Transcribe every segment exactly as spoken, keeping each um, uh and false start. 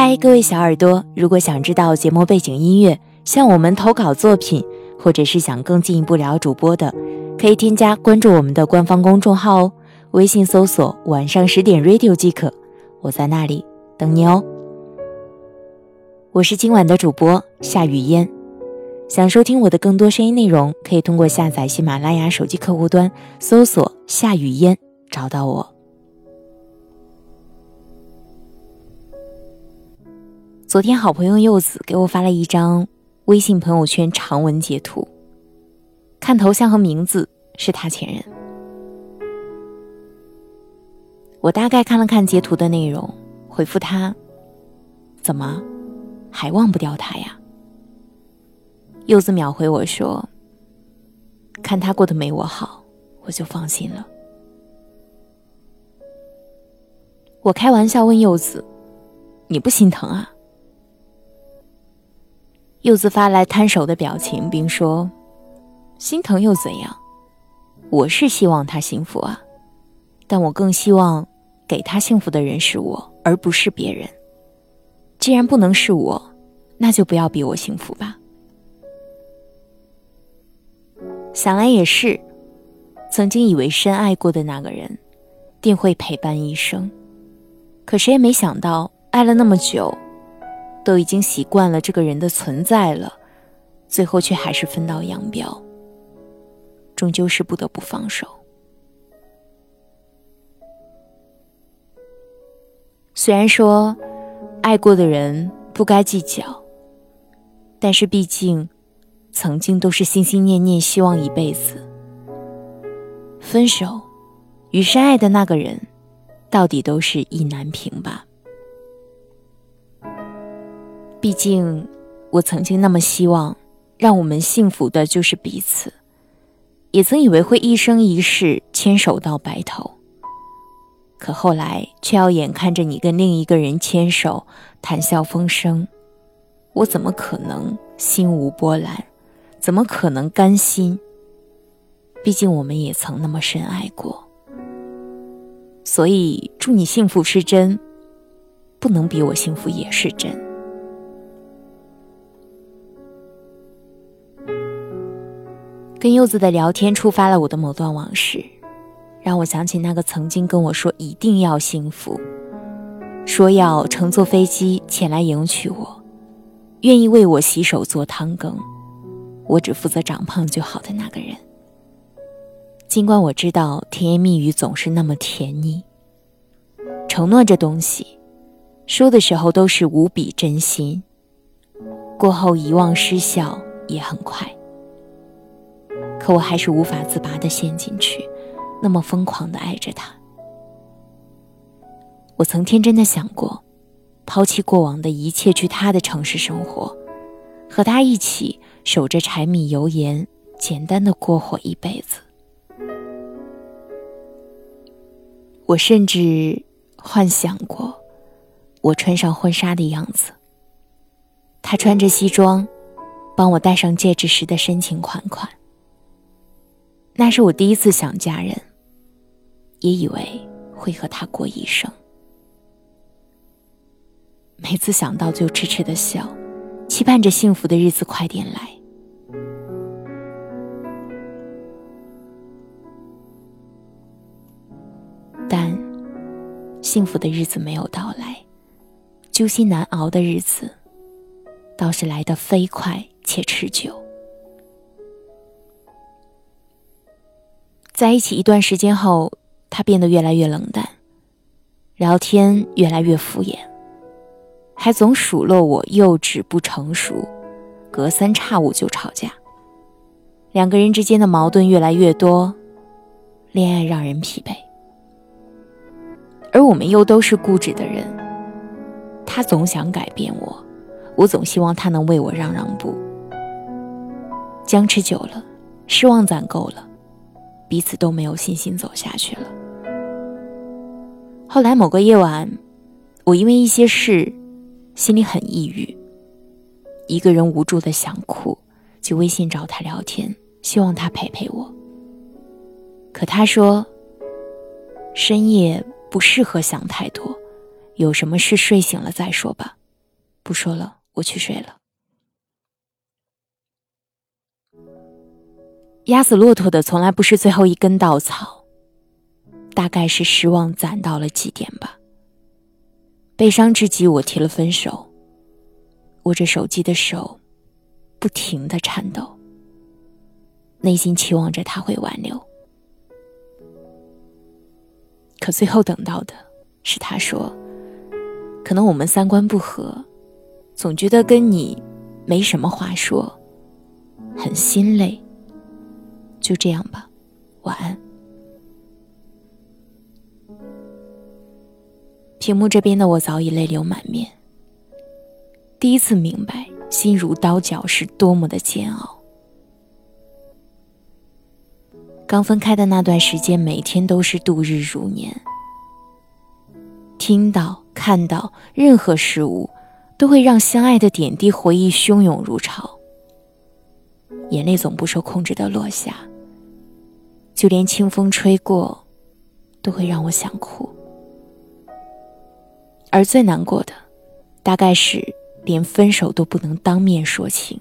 嗨，各位小耳朵，如果想知道节目背景音乐，向我们投稿作品，或者是想更进一步聊主播的，可以添加关注我们的官方公众号哦，微信搜索晚上十点 radio 即可，我在那里等你哦。我是今晚的主播夏雨嫣，想收听我的更多声音内容，可以通过下载喜马拉雅手机客户端搜索夏雨嫣找到我。昨天好朋友柚子给我发了一张微信朋友圈长文截图，看头像和名字是他前任。我大概看了看截图的内容，回复他：怎么还忘不掉他呀？柚子秒回我说：看他过得没我好，我就放心了。我开玩笑问柚子：你不心疼啊？柚子发来摊手的表情，并说：心疼又怎样？我是希望他幸福啊，但我更希望给他幸福的人是我，而不是别人。既然不能是我，那就不要逼我幸福吧。想来也是，曾经以为深爱过的那个人定会陪伴一生，可谁也没想到，爱了那么久，都已经习惯了这个人的存在了，最后却还是分道扬镳，终究是不得不放手。虽然说爱过的人不该计较，但是毕竟曾经都是心心念念希望一辈子。分手与深爱的那个人到底都是意难平吧。毕竟我曾经那么希望让我们幸福的就是彼此，也曾以为会一生一世牵手到白头，可后来却要眼看着你跟另一个人牵手谈笑风生，我怎么可能心无波澜，怎么可能甘心？毕竟我们也曾那么深爱过。所以祝你幸福是真，不能比我幸福也是真。跟柚子的聊天触发了我的某段往事，让我想起那个曾经跟我说一定要幸福，说要乘坐飞机前来迎娶我，愿意为我洗手做汤羹，我只负责长胖就好的那个人。尽管我知道甜言蜜语总是那么甜腻，承诺这东西说的时候都是无比真心，过后遗忘失效也很快，可我还是无法自拔地陷进去，那么疯狂地爱着他。我曾天真地想过，抛弃过往的一切，去他的城市生活，和他一起守着柴米油盐，简单地过活一辈子。我甚至幻想过我穿上婚纱的样子，他穿着西装帮我戴上戒指时的深情款款。那是我第一次想嫁人，也以为会和他过一生。每次想到就痴痴地笑，期盼着幸福的日子快点来。但幸福的日子没有到来，揪心难熬的日子倒是来得飞快且持久。在一起一段时间后，他变得越来越冷淡，聊天越来越敷衍，还总数落我幼稚不成熟，隔三差五就吵架。两个人之间的矛盾越来越多，恋爱让人疲惫。而我们又都是固执的人，他总想改变我，我总希望他能为我让让步。僵持久了，失望攒够了，彼此都没有信心走下去了。后来某个夜晚，我因为一些事心里很抑郁，一个人无助的想哭，就微信找他聊天，希望他陪陪我。可他说，深夜不适合想太多，有什么事睡醒了再说吧， 不说了，我去睡了。压死骆驼的从来不是最后一根稻草，大概是失望攒到了极点吧。悲伤至极，我提了分手，握着手机的手不停地颤抖，内心期望着他会挽留。可最后等到的是他说，可能我们三观不合，总觉得跟你没什么话说，很心累，就这样吧，晚安。屏幕这边的我早已泪流满面，第一次明白心如刀绞是多么的煎熬。刚分开的那段时间，每天都是度日如年，听到看到任何事物都会让相爱的点滴回忆汹涌如潮，眼泪总不受控制地落下，就连清风吹过都会让我想哭。而最难过的大概是连分手都不能当面说清，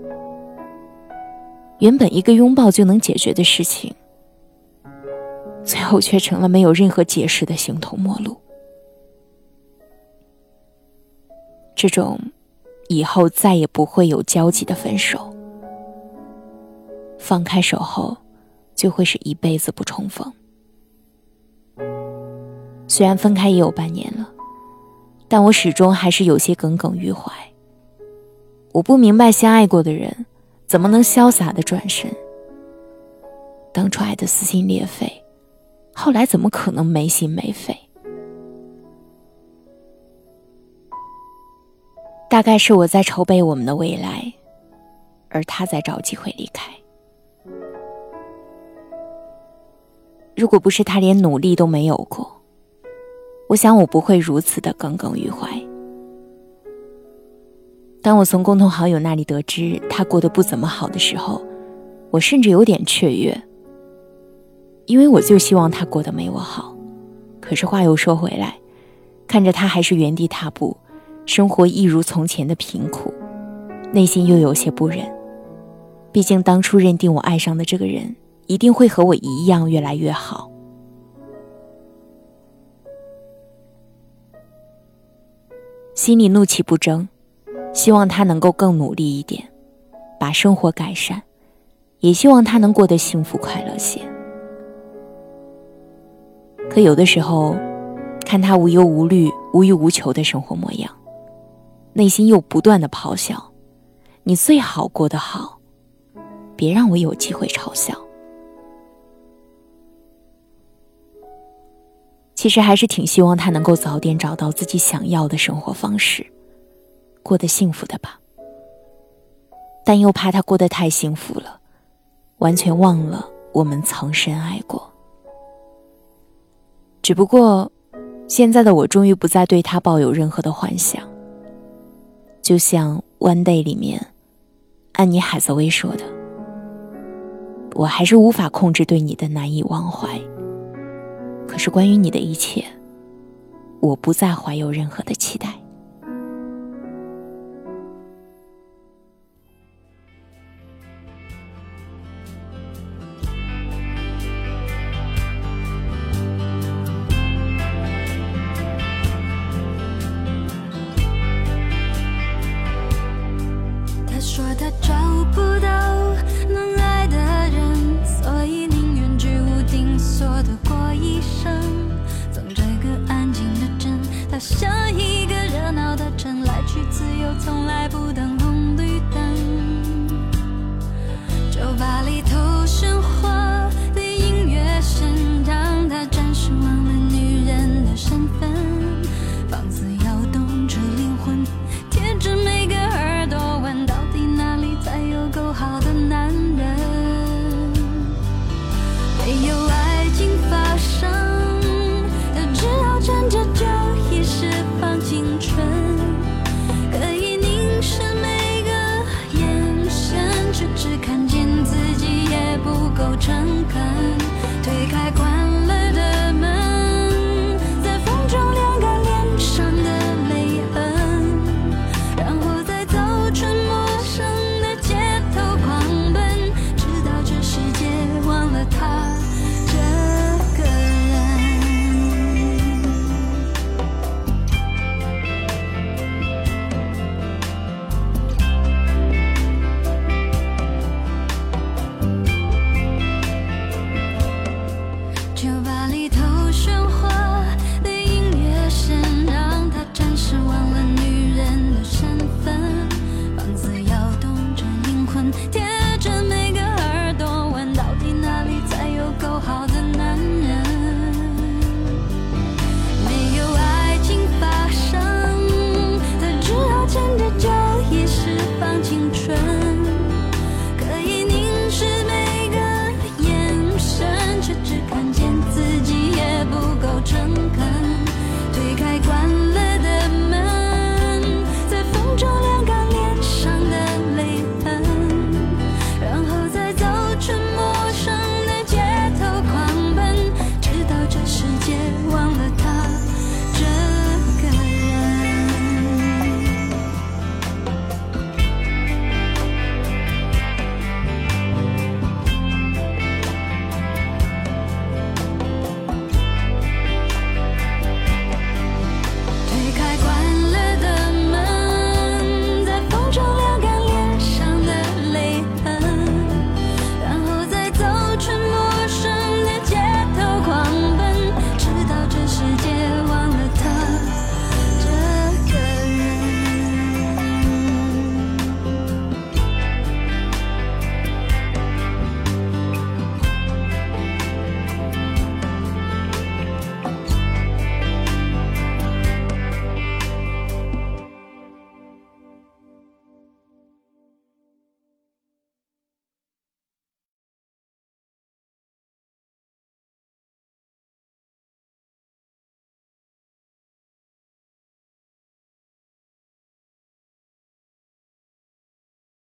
原本一个拥抱就能解决的事情，最后却成了没有任何解释的形同陌路。这种以后再也不会有交集的分手，放开手后就会是一辈子不重逢。虽然分开也有半年了，但我始终还是有些耿耿于怀。我不明白相爱过的人怎么能潇洒地转身，当初爱得撕心裂肺，后来怎么可能没心没肺？大概是我在筹备我们的未来，而他在找机会离开。如果不是他连努力都没有过，我想我不会如此的耿耿于怀。当我从共同好友那里得知他过得不怎么好的时候，我甚至有点雀跃，因为我就希望他过得没我好。可是话又说回来，看着他还是原地踏步，生活一如从前的贫苦，内心又有些不忍。毕竟当初认定我爱上的这个人一定会和我一样越来越好。心里怒气不争，希望他能够更努力一点，把生活改善，也希望他能过得幸福快乐些。可有的时候看他无忧无虑无欲无求的生活模样，内心又不断的咆哮，你最好过得好，别让我有机会嘲笑。其实还是挺希望他能够早点找到自己想要的生活方式，过得幸福的吧。但又怕他过得太幸福了，完全忘了我们曾深爱过。只不过现在的我终于不再对他抱有任何的幻想，就像 One Day 里面安妮海瑟薇说的，我还是无法控制对你的难以忘怀，可是关于你的一切，我不再怀有任何的期待。 他说他找不到能爱的人，所以宁愿居无定所的过一生。从这个安静的镇，他像一个热闹的城，来去自由，从来不等红绿灯。酒吧里头喧哗的音乐声，让他暂时忘了女人的身份，放肆摇动着灵魂，贴着每个耳朵问，到底哪里才有够好的男人？没有爱情发生，他只好趁着酒意释放青春，可以凝视每个眼神，却只看见自己也不够诚恳。